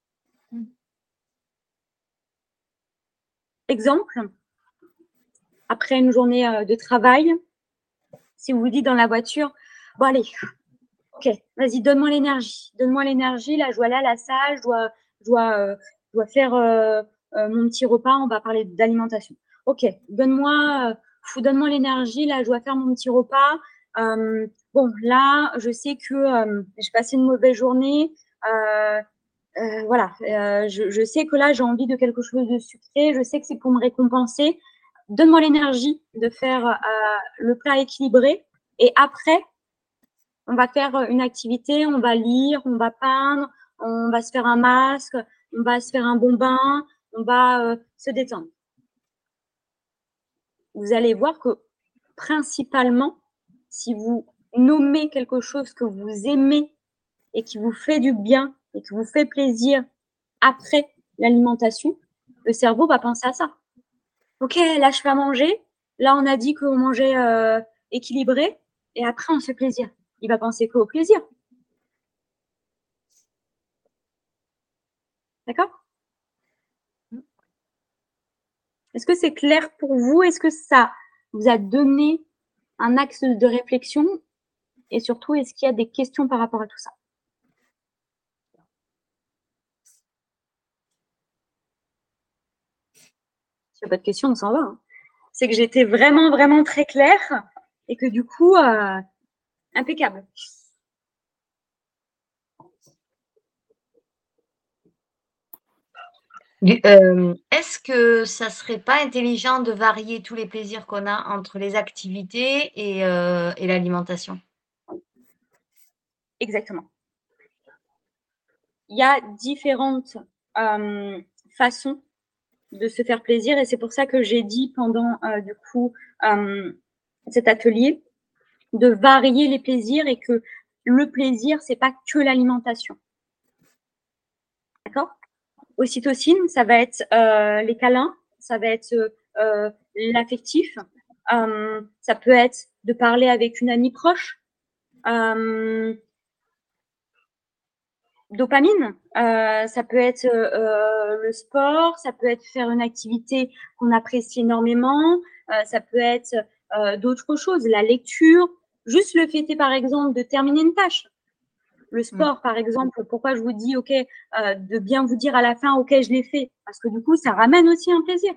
Exemple, après une journée de travail, si vous vous dites dans la voiture, bon allez, ok, vas-y, donne-moi l'énergie, là je dois aller à la salle, je dois faire mon petit repas, on va parler d'alimentation. Ok, donne-moi l'énergie, là je dois faire mon petit repas. Bon, là, je sais que j'ai passé une mauvaise journée, voilà, je sais que là j'ai envie de quelque chose de sucré, je sais que c'est pour me récompenser. Donne-moi l'énergie de faire le plat équilibré et après, on va faire une activité, on va lire, on va peindre, on va se faire un masque, on va se faire un bon bain, on va se détendre. Vous allez voir que principalement, si vous nommez quelque chose que vous aimez et qui vous fait du bien et qui vous fait plaisir après l'alimentation, le cerveau va penser à ça. Ok, là je fais à manger, là on a dit qu'on mangeait équilibré et après on se fait plaisir. Il va penser qu'au plaisir. D'accord ? Est-ce que c'est clair pour vous? Est-ce que ça vous a donné un axe de réflexion? Et surtout, est-ce qu'il y a des questions par rapport à tout ça? S'il n'y a pas de questions, on s'en va. Hein. C'est que j'étais vraiment, vraiment très claire et que du coup, impeccable. Est-ce que ça serait pas intelligent de varier tous les plaisirs qu'on a entre les activités et l'alimentation? Exactement. Il y a différentes façons de se faire plaisir et c'est pour ça que j'ai dit pendant du coup cet atelier de varier les plaisirs et que le plaisir c'est pas que l'alimentation. D'accord? Ocytocine, ça va être les câlins, ça va être l'affectif, ça peut être de parler avec une amie proche. Dopamine, ça peut être le sport, ça peut être faire une activité qu'on apprécie énormément, ça peut être d'autres choses, la lecture, juste le fait, par exemple, de terminer une tâche. Le sport, par exemple, pourquoi je vous dis, ok, de bien vous dire à la fin, ok, je l'ai fait, parce que du coup, ça ramène aussi un plaisir.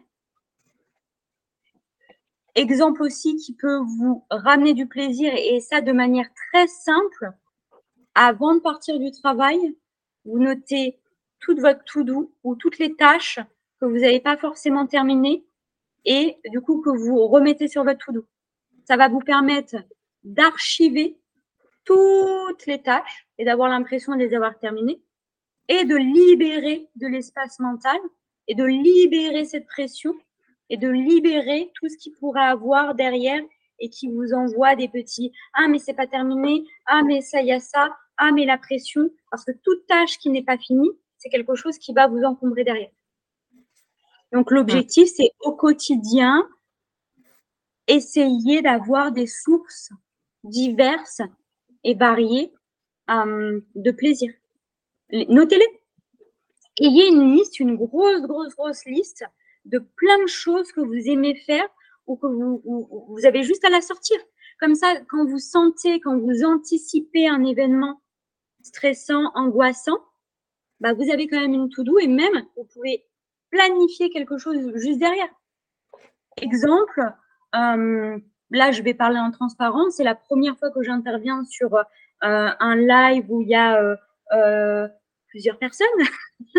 Exemple aussi qui peut vous ramener du plaisir, et ça de manière très simple, avant de partir du travail, vous notez toute votre to-do ou toutes les tâches que vous n'avez pas forcément terminées et du coup que vous remettez sur votre to-do. Ça va vous permettre d'archiver toutes les tâches et d'avoir l'impression de les avoir terminées et de libérer de l'espace mental et de libérer cette pression et de libérer tout ce qu'il pourrait avoir derrière et qui vous envoie des petits « Ah, mais c'est pas terminé. Ah, mais ça, il y a ça. Ah, mais la pression. » Parce que toute tâche qui n'est pas finie, c'est quelque chose qui va vous encombrer derrière. Donc, l'objectif, c'est au quotidien, essayer d'avoir des sources diverses et variées de plaisir. Notez-les. Ayez une liste, une grosse liste de plein de choses que vous aimez faire ou que vous avez juste à la sortir. Comme ça, quand vous sentez, quand vous anticipez un événement stressant, angoissant, vous avez quand même une to-do et même, vous pouvez planifier quelque chose juste derrière. Exemple, là, je vais parler en transparence. C'est la première fois que j'interviens sur un live où il y a plusieurs personnes.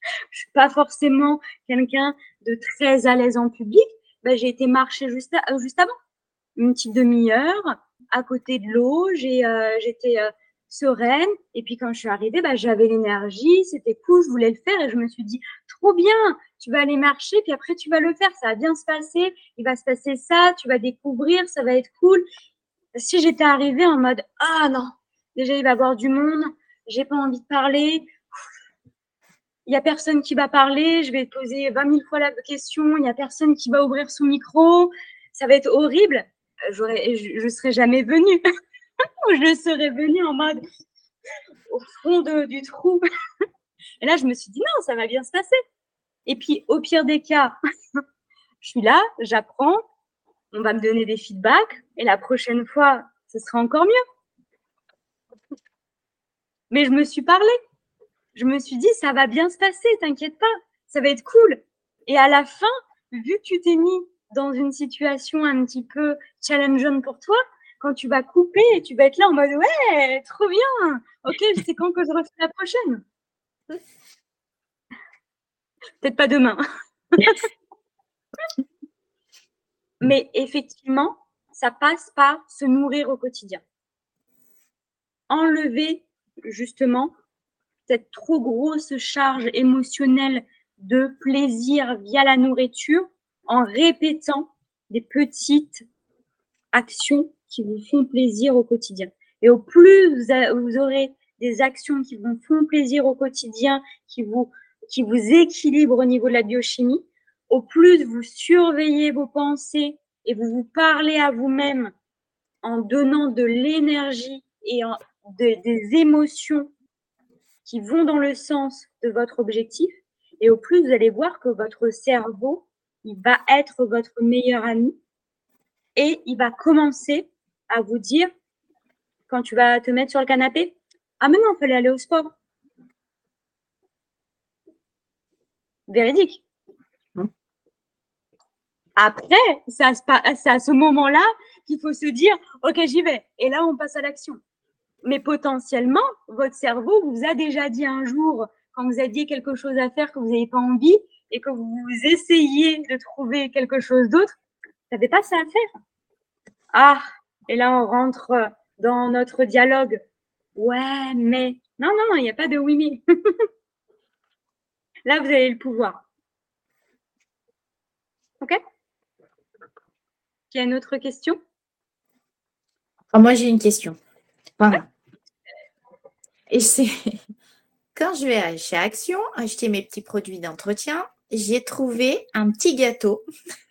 je suis pas forcément quelqu'un de très à l'aise en public. J'ai été marcher juste avant, une petite demi-heure à côté de l'eau. J'étais sereine. Et puis quand je suis arrivée, j'avais l'énergie, c'était cool, je voulais le faire et je me suis dit, trop bien, tu vas aller marcher, puis après tu vas le faire, ça va bien se passer, il va se passer ça, tu vas découvrir, ça va être cool. Si j'étais arrivée en mode, ah non, déjà il va y avoir du monde, j'ai pas envie de parler, il n'y a personne qui va parler, je vais poser 20 000 fois la question, il n'y a personne qui va ouvrir son micro, ça va être horrible. Je serais jamais venue. Je serais venue en mode au fond du trou. Et là, je me suis dit non, ça va bien se passer. Et puis, au pire des cas, je suis là, j'apprends, on va me donner des feedbacks, et la prochaine fois, ce sera encore mieux. Mais je me suis parlé. Je me suis dit, ça va bien se passer, t'inquiète pas, ça va être cool. Et à la fin, vu que tu t'es mis dans une situation un petit peu challengeante pour toi, quand tu vas couper, tu vas être là en mode ouais, trop bien. Ok, je sais quand que je refais la prochaine. Peut-être pas demain. Mais effectivement, ça passe par se nourrir au quotidien. Enlever justement cette trop grosse charge émotionnelle de plaisir via la nourriture en répétant des petites actions qui vous font plaisir au quotidien. Et au plus vous aurez des actions qui vous font plaisir au quotidien, qui vous équilibrent au niveau de la biochimie, au plus vous surveillez vos pensées et vous vous parlez à vous-même en donnant de l'énergie et des émotions qui vont dans le sens de votre objectif, et au plus vous allez voir que votre cerveau, il va être votre meilleur ami et il va commencer à vous dire, quand tu vas te mettre sur le canapé, ah mais non, il fallait aller au sport. Véridique. Après, c'est à ce moment-là qu'il faut se dire, ok, j'y vais. Et là, on passe à l'action. Mais potentiellement, votre cerveau vous a déjà dit un jour, quand vous aviez quelque chose à faire que vous n'avez pas envie et que vous essayez de trouver quelque chose d'autre, vous n'avez pas ça à faire. Ah, et là, on rentre dans notre dialogue. Ouais, mais... Non, il n'y a pas de oui, mais. Là, vous avez le pouvoir. OK? Il y a une autre question? Moi, j'ai une question. Enfin, et c'est quand je vais chez Action acheter mes petits produits d'entretien, j'ai trouvé un petit gâteau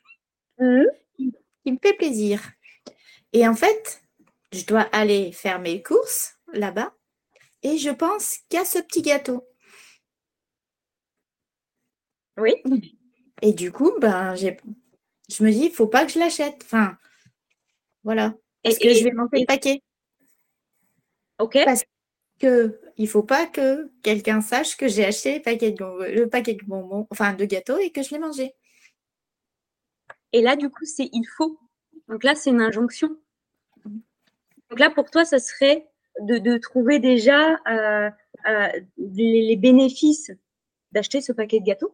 qui me fait plaisir. Et en fait, je dois aller faire mes courses là-bas et je pense qu'il y a ce petit gâteau. Oui. Et du coup, je me dis, il ne faut pas que je l'achète. Enfin, voilà. Parce que je vais monter le paquet. OK. Parce qu'il ne faut pas que quelqu'un sache que j'ai acheté le paquet de bonbons, enfin de gâteaux, et que je l'ai mangé. Et là, du coup, c'est il faut. Donc là, c'est une injonction. Donc là, pour toi, ça serait de trouver déjà les bénéfices d'acheter ce paquet de gâteaux.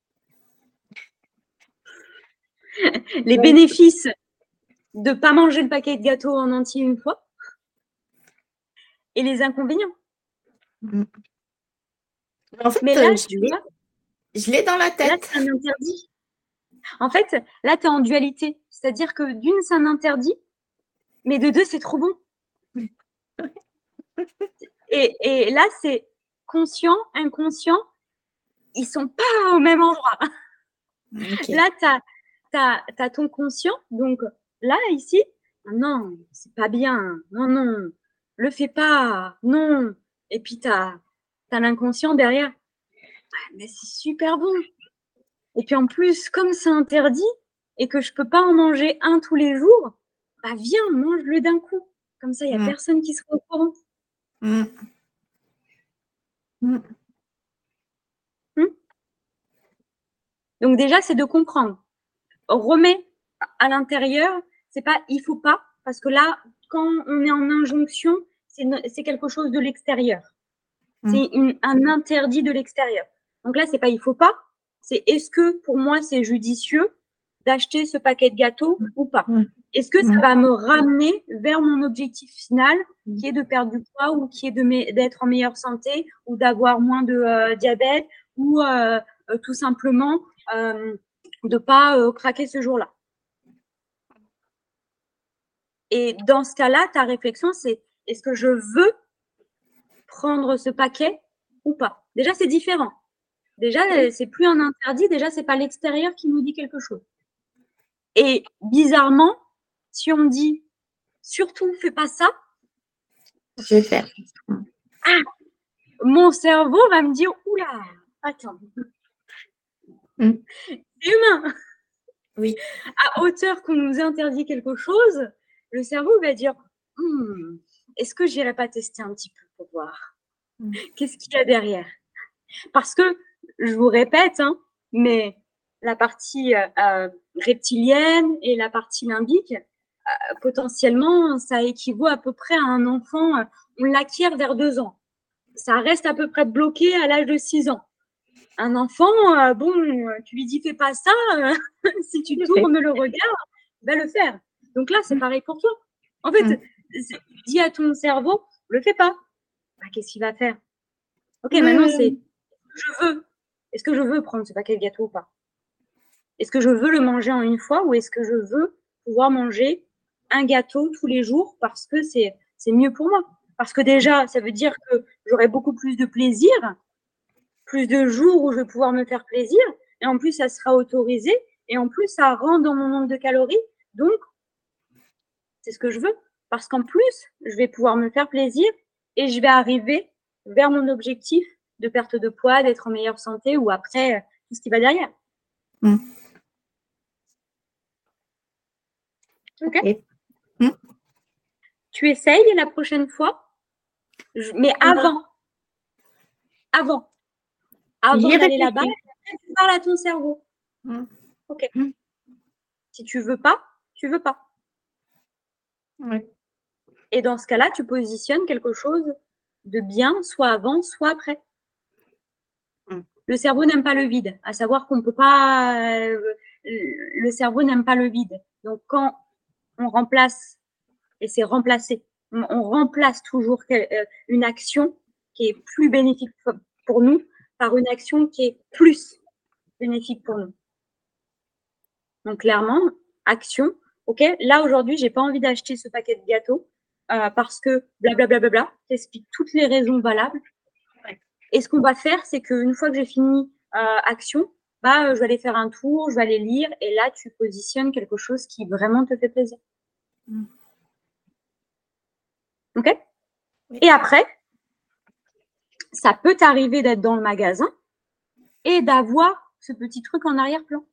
Les bénéfices de ne pas manger le paquet de gâteaux en entier une fois. Et les inconvénients. En fait, mais là, je l'ai dans la tête. Là, c'est un interdit. En fait, là, tu es en dualité. C'est-à-dire que d'une, c'est un interdit, mais de deux, c'est trop bon. Et là, c'est conscient, inconscient, ils sont pas au même endroit. Okay. Là, tu as ton conscient, donc là, ici, non, c'est pas bien, non, le fais pas, non. Et puis, tu as l'inconscient derrière. Ouais, mais c'est super bon. Et puis en plus, comme c'est interdit et que je peux pas en manger un tous les jours, viens, mange-le d'un coup. Comme ça, il n'y a personne qui sera au courant. Donc déjà, c'est de comprendre. Remets à l'intérieur, c'est pas il faut pas, parce que là, quand on est en injonction, c'est quelque chose de l'extérieur. C'est un interdit de l'extérieur. Donc là, c'est pas il faut pas, c'est est-ce que pour moi, c'est judicieux d'acheter ce paquet de gâteaux ou pas? Est-ce que ça va me ramener vers mon objectif final, qui est de perdre du poids ou qui est d'être en meilleure santé ou d'avoir moins de diabète ou tout simplement de pas craquer ce jour-là? Et dans ce cas-là, ta réflexion, c'est est-ce que je veux prendre ce paquet ou pas? Déjà, c'est différent. Déjà, c'est plus un interdit. Déjà, c'est pas l'extérieur qui nous dit quelque chose. Et bizarrement, si on me dit surtout fais pas ça, Je vais faire. mon cerveau va me dire oula, attends, c'est humain. Oui. À hauteur qu'on nous interdit quelque chose, le cerveau va dire est-ce que j'irai pas tester un petit peu pour voir qu'est-ce qu'il y a derrière? Parce que je vous répète, mais la partie reptilienne et la partie limbique, potentiellement, ça équivaut à peu près à un enfant, on l'acquiert vers 2 ans. Ça reste à peu près bloqué à l'âge de 6 ans. Un enfant, tu lui dis fais pas ça, si tu tournes le regard, il va le faire. Donc là, c'est pareil pour toi. En fait, dis à ton cerveau, le fais pas. Bah, qu'est-ce qu'il va faire? Ok, maintenant c'est est-ce que je veux prendre ce paquet de gâteaux ou pas? Est-ce que je veux le manger en une fois ou est-ce que je veux pouvoir manger un gâteau tous les jours parce que c'est mieux pour moi? Parce que déjà, ça veut dire que j'aurai beaucoup plus de plaisir, plus de jours où je vais pouvoir me faire plaisir et en plus, ça sera autorisé et en plus, ça rentre dans mon nombre de calories. Donc, c'est ce que je veux parce qu'en plus, je vais pouvoir me faire plaisir et je vais arriver vers mon objectif de perte de poids, d'être en meilleure santé ou après, tout ce qui va derrière. Ok. Tu essayes la prochaine fois, mais avant d'aller là-bas, tu parles à ton cerveau. Ok. Si tu veux pas, tu veux pas. Ouais. Et dans ce cas-là, tu positionnes quelque chose de bien, soit avant, soit après. Le cerveau n'aime pas le vide, à savoir qu'on peut pas. Le cerveau n'aime pas le vide. Donc quand on remplace, et c'est remplacer, on remplace toujours une action qui est plus bénéfique pour nous par une action qui est plus bénéfique pour nous. Donc clairement, action. Ok, là aujourd'hui, j'ai pas envie d'acheter ce paquet de gâteaux parce que blablabla. T'expliques toutes les raisons valables. Et ce qu'on va faire, c'est qu'une fois que j'ai fini action, je vais aller faire un tour, je vais aller lire, et là, tu positionnes quelque chose qui vraiment te fait plaisir. Ok? Et après, ça peut t'arriver d'être dans le magasin et d'avoir ce petit truc en arrière-plan.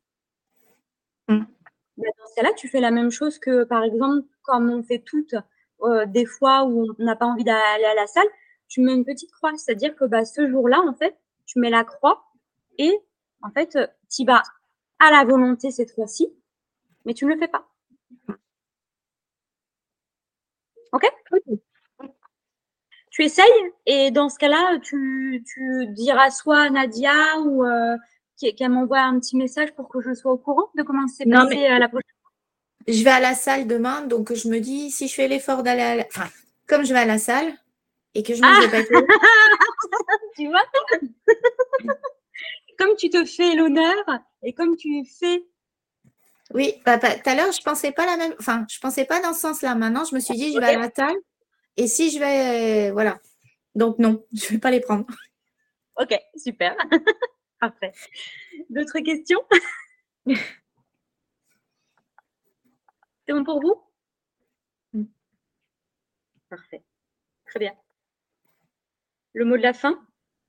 Dans ce cas-là, tu fais la même chose que, par exemple, comme on fait toutes des fois où on n'a pas envie d'aller à la salle, tu mets une petite croix. C'est-à-dire que ce jour-là, en fait, tu mets la croix et, en fait, tu y vas à la volonté cette fois-ci, mais tu ne le fais pas. Ok? Tu essayes et dans ce cas-là, tu diras soit à Nadia ou qu'elle m'envoie un petit message pour que je sois au courant de comment c'est passé la prochaine fois. Je vais à la salle demain, donc je me dis, si je fais l'effort d'aller à la... Enfin, comme je vais à la salle et que je mange le paquet... Tu vois? Comme tu te fais l'honneur et comme tu fais... Oui, tout à l'heure, je pensais pas la même... Enfin, je pensais pas dans ce sens-là. Maintenant, je me suis dit, je vais à la salle et si je vais... voilà. Donc non, je vais pas les prendre. Ok, super. Parfait. D'autres questions? C'est bon pour vous? Parfait. Très bien. Le mot de la fin?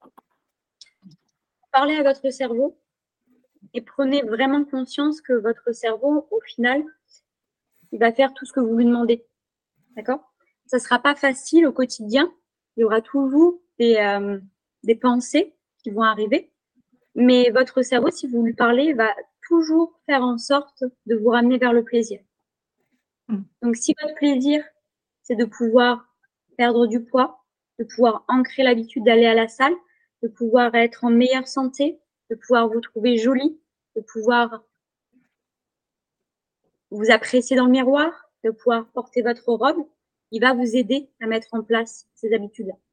Parlez à votre cerveau et prenez vraiment conscience que votre cerveau, au final, il va faire tout ce que vous lui demandez. D'accord? Ça ne sera pas facile au quotidien. Il y aura toujours des pensées qui vont arriver. Mais votre cerveau, si vous lui parlez, va toujours faire en sorte de vous ramener vers le plaisir. Donc, si votre plaisir, c'est de pouvoir perdre du poids, de pouvoir ancrer l'habitude d'aller à la salle, de pouvoir être en meilleure santé, de pouvoir vous trouver jolie, de pouvoir vous apprécier dans le miroir, de pouvoir porter votre robe, il va vous aider à mettre en place ces habitudes-là.